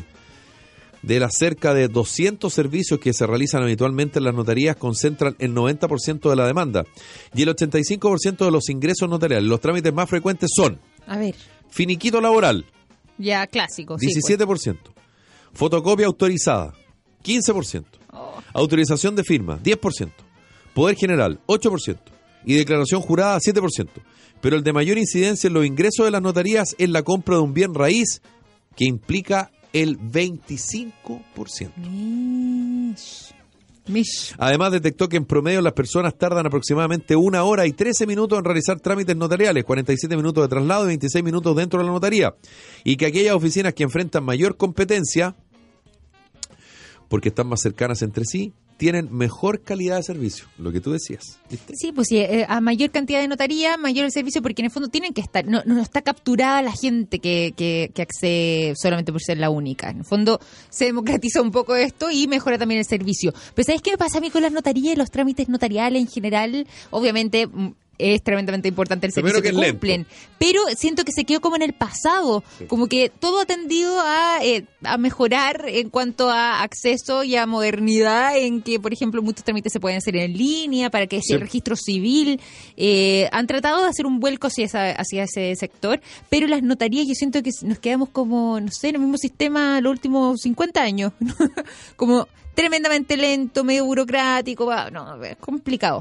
de las cerca de doscientos servicios que se realizan habitualmente en las notarías concentran el noventa por ciento de la demanda y el ochenta y cinco por ciento de los ingresos notariales. Los trámites más frecuentes son A ver, finiquito laboral, ya clásico. sí, diecisiete por ciento, fotocopia autorizada, quince por ciento, Oh. autorización de firma, diez por ciento, poder general, ocho por ciento y declaración jurada, siete por ciento. Pero el de mayor incidencia en los ingresos de las notarías es la compra de un bien raíz, que implica el veinticinco por ciento. Mish. Mish. Además, detectó que en promedio las personas tardan aproximadamente una hora y trece minutos en realizar trámites notariales, cuarenta y siete minutos de traslado y veintiséis minutos dentro de la notaría, y que aquellas oficinas que enfrentan mayor competencia, porque están más cercanas entre sí, tienen mejor calidad de servicio, lo que tú decías, ¿viste? Sí, pues sí, eh, a mayor cantidad de notaría, mayor el servicio, porque en el fondo tienen que estar, no, no está capturada la gente que, que, que accede solamente por ser la única. En el fondo se democratiza un poco esto y mejora también el servicio. Pero ¿sabes qué me pasa a mí con las notarías y los trámites notariales en general? Obviamente es tremendamente importante el Primero servicio que, que es cumplen, lento. pero siento que se quedó como en el pasado, Sí. como que todo ha tendido a, eh, a mejorar en cuanto a acceso y a modernidad, en que, por ejemplo, muchos trámites se pueden hacer en línea, para que ese Sí. registro civil, eh, han tratado de hacer un vuelco hacia, esa, hacia ese sector, pero las notarías yo siento que nos quedamos como, no sé, en el mismo sistema los últimos cincuenta años, como tremendamente lento, medio burocrático, va, no, es complicado.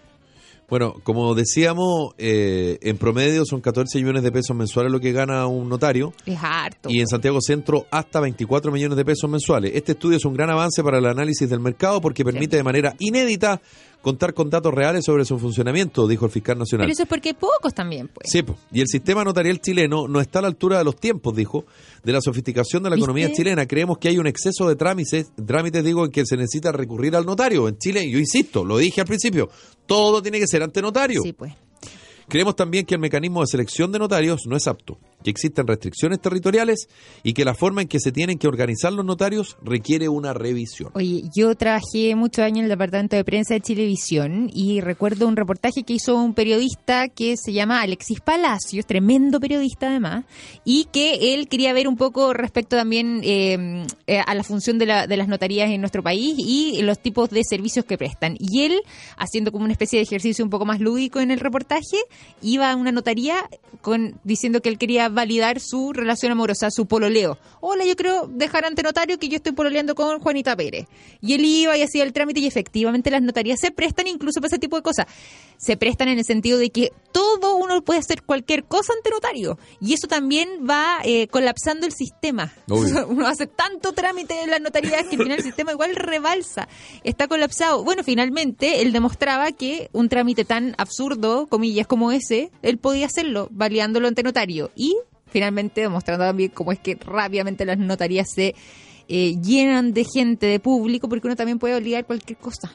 Bueno, como decíamos, eh, en promedio son catorce millones de pesos mensuales lo que gana un notario, Es harto. y en Santiago Centro hasta veinticuatro millones de pesos mensuales. Este estudio es un gran avance para el análisis del mercado porque permite de manera inédita contar con datos reales sobre su funcionamiento, dijo el fiscal nacional. Pero eso es porque hay pocos también, pues. Sí, po. Y el sistema notarial chileno no está a la altura de los tiempos, dijo, de la sofisticación de la ¿Viste? economía chilena. Creemos que hay un exceso de trámites, trámites, digo, en que se necesita recurrir al notario. En Chile, yo insisto, lo dije al principio, todo tiene que ser ante notario. Sí, pues. Creemos también que el mecanismo de selección de notarios no es apto, que existen restricciones territoriales y que la forma en que se tienen que organizar los notarios requiere una revisión. Oye, yo trabajé muchos años en el departamento de prensa de Chilevisión y recuerdo un reportaje que hizo un periodista que se llama Alexis Palacios, tremendo periodista además, y que él quería ver un poco respecto también eh, eh, a la función de, la, de las notarías en nuestro país y los tipos de servicios que prestan. Y él, haciendo como una especie de ejercicio un poco más lúdico en el reportaje, iba a una notaría con diciendo que él quería validar su relación amorosa, su pololeo. Hola, yo creo dejar ante notario que yo estoy pololeando con Juanita Pérez. Y él iba y hacía el trámite y efectivamente las notarías se prestan incluso para ese tipo de cosas. Se prestan en el sentido de que todo uno puede hacer cualquier cosa ante notario. Y eso también va eh, colapsando el sistema. Obvio. Uno hace tanto trámite en las notarías que al final el sistema igual rebalsa. Está colapsado. Bueno, finalmente él demostraba que un trámite tan absurdo, comillas, como ese, él podía hacerlo, validándolo ante notario. Y finalmente demostrando también cómo es que rápidamente las notarías se eh, llenan de gente, de público, porque uno también puede validar cualquier cosa.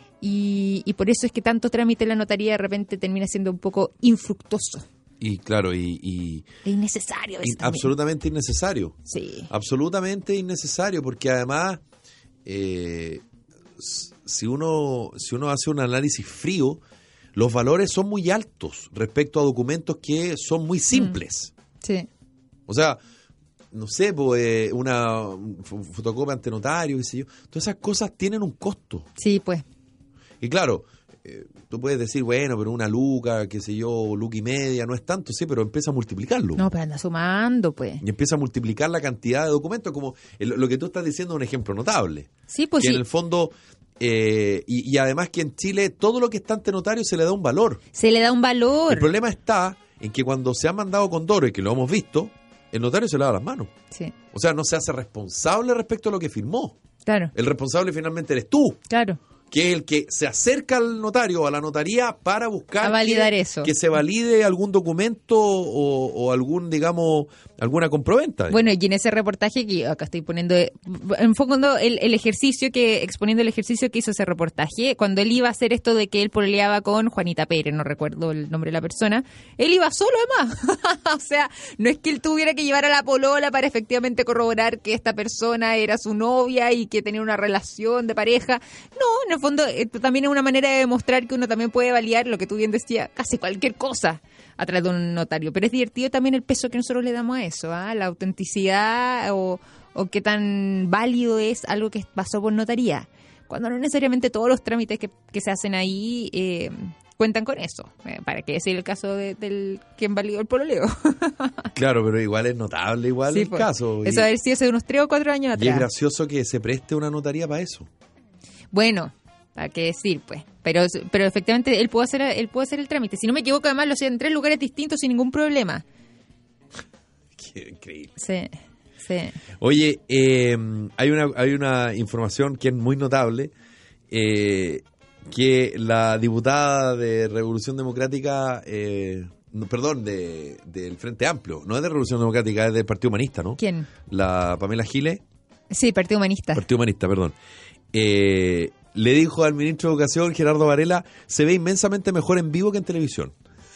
Y, y por eso es que tanto trámite en la notaría de repente termina siendo un poco infructuoso. Y claro, y... y Es innecesario. a veces y también. absolutamente innecesario. Sí. Absolutamente innecesario, porque además, eh, si uno si uno hace un análisis frío, los valores son muy altos respecto a documentos que son muy simples. Mm. Sí. O sea, no sé, pues una fotocopia ante notario, qué sé yo. Todas esas cosas tienen un costo. Sí, pues. Y claro, eh, tú puedes decir, bueno, pero una luca, qué sé yo, luca y media, no es tanto, sí, pero empieza a multiplicarlo. No, pero anda sumando, pues. Y empieza a multiplicar la cantidad de documentos, como el, lo que tú estás diciendo es un ejemplo notable. Sí, pues que sí. en el fondo, eh, y, y además que en Chile todo lo que está ante notario se le da un valor. Se le da un valor. El problema está en que cuando se ha mandado Condoro, y que lo hemos visto, el notario se lava las manos. Sí. O sea, no se hace responsable respecto a lo que firmó. Claro. El responsable finalmente eres tú. Claro. Que es el que se acerca al notario o a la notaría para buscar a validar que, eso. que se valide algún documento o, o algún, digamos, alguna comproventa. Bueno, y en ese reportaje que acá estoy poniendo, enfocando el, el ejercicio que, exponiendo el ejercicio que hizo ese reportaje, cuando él iba a hacer esto de que él pololeaba con Juanita Pérez, no recuerdo el nombre de la persona, él iba solo además. O sea, no es que él tuviera que llevar a la polola para efectivamente corroborar que esta persona era su novia y que tenía una relación de pareja. No, en el fondo esto también es una manera de demostrar que uno también puede validar lo que tú bien decías, casi cualquier cosa a través de un notario. Pero es divertido también el peso que nosotros le damos a eso, ¿eh? La autenticidad o, o qué tan válido es algo que pasó por notaría. Cuando no necesariamente todos los trámites que, que se hacen ahí eh, cuentan con eso. Eh, para qué decir el caso de, del quien validó el pololeo. Claro, pero igual es notable igual sí, el pues, caso. Eso y, haber sido hace unos tres o cuatro años atrás. Y es gracioso que se preste una notaría para eso. Bueno, ¿para qué decir, pues? Pero pero efectivamente él puede hacer él puede hacer el trámite. Si no me equivoco, además lo hacía en tres lugares distintos sin ningún problema. Qué increíble. Sí, sí. Oye, eh, hay una hay una información que es muy notable, eh, que la diputada de Revolución Democrática, eh, no, perdón, de del Frente Amplio, no es de Revolución Democrática, es del Partido Humanista, ¿no? ¿Quién? La Pamela Giles. Sí, Partido Humanista. Partido Humanista, perdón. Eh, le dijo al ministro de Educación, Gerardo Varela, se ve inmensamente mejor en vivo que en televisión.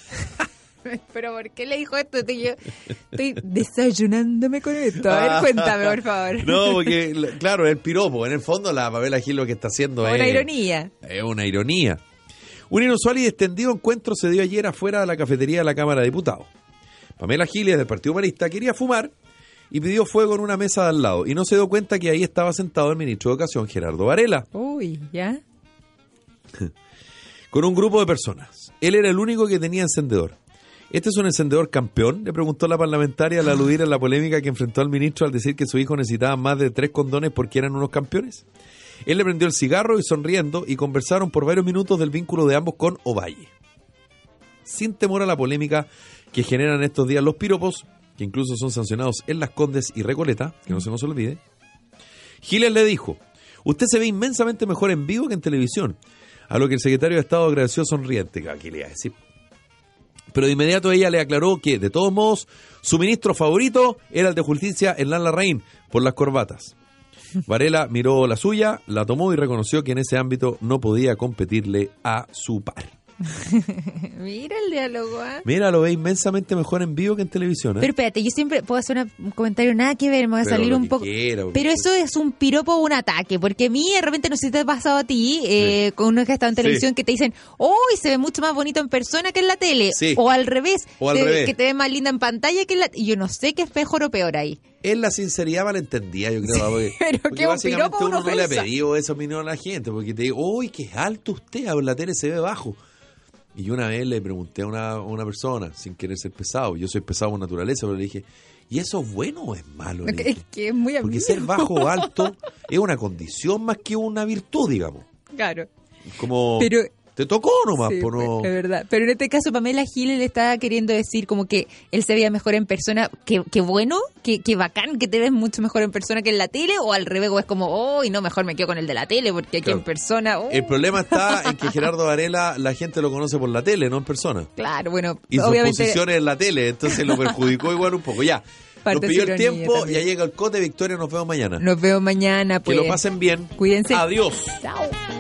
¿Pero por qué le dijo esto? Estoy, yo, estoy desayunándome con esto. A ver, cuéntame, por favor. No, porque, claro, el piropo. En el fondo, la Pamela Gil lo que está haciendo es... Una ironía. Es una ironía. Un inusual y extendido encuentro se dio ayer afuera de la cafetería de la Cámara de Diputados. Pamela Giles, del Partido Humanista, quería fumar y pidió fuego en una mesa de al lado. Y no se dio cuenta que ahí estaba sentado el ministro de Educación, Gerardo Varela. Uy, ¿ya? Con un grupo de personas. Él era el único que tenía encendedor. ¿Este es un encendedor campeón?, le preguntó la parlamentaria al aludir a la polémica que enfrentó al ministro al decir que su hijo necesitaba más de tres condones porque eran unos campeones. Él le prendió el cigarro y sonriendo y conversaron por varios minutos del vínculo de ambos con Ovalle. Sin temor a la polémica que generan estos días los piropos, que incluso son sancionados en Las Condes y Recoleta, que no se nos olvide, Giles le dijo: usted se ve inmensamente mejor en vivo que en televisión. A lo que el secretario de Estado agradeció sonriente. ¿Qué le iba a decir? Pero de inmediato ella le aclaró que, de todos modos, su ministro favorito era el de Justicia, Hernán Larraín, por las corbatas. Varela miró la suya, la tomó y reconoció que en ese ámbito no podía competirle a su par. Mira el diálogo, ¿eh? Mira, lo ve inmensamente mejor en vivo que en televisión, ¿eh? Pero espérate, yo siempre puedo hacer una, un comentario nada que ver, me voy a Pero salir lo un que poco. quiera, Pero porque- eso es un piropo o un ataque, porque a mí de repente, no sé si te ha pasado a ti, eh, con uno que ha estado en Sí. televisión, que te dicen, ¡uy, se ve mucho más bonito en persona que en la tele! Sí. O al revés, O al te- revés. que te ve más linda en pantalla que en la... Y yo no sé qué es mejor o peor ahí. Es la sinceridad malentendida, yo creo. Porque, pero porque qué un básicamente piropo, uno una no le ha ofensa. pedido esa opinión a la gente, porque te digo, uy, qué alto usted, en la tele se ve bajo. Y yo una vez le pregunté a una, a una persona, sin querer ser pesado, yo soy pesado por naturaleza, pero le dije, ¿y eso es bueno o es malo? Le Es dije. que es muy Porque amigo. ser bajo o alto es una condición más que una virtud, digamos. Claro. Como, Pero... te tocó nomás, Sí, por no... pues, es verdad. Pero en este caso, Pamela Giles le estaba queriendo decir como que él se veía mejor en persona. Que, que bueno, que, que bacán, que te ves mucho mejor en persona que en la tele. O al revés, o es como, oh, y no, mejor me quedo con el de la tele, porque aquí Claro. en persona. Oh. El problema está en que Gerardo Varela, la gente lo conoce por la tele, no en persona. Claro, bueno, Y sus obviamente. posiciones en la tele, entonces lo perjudicó igual un poco. Ya, Parte nos pilló de el ironía tiempo, también. ya llega el Cote, Victoria, nos vemos mañana. Nos vemos mañana, pues. Que lo pasen bien. Cuídense. Adiós. Chao.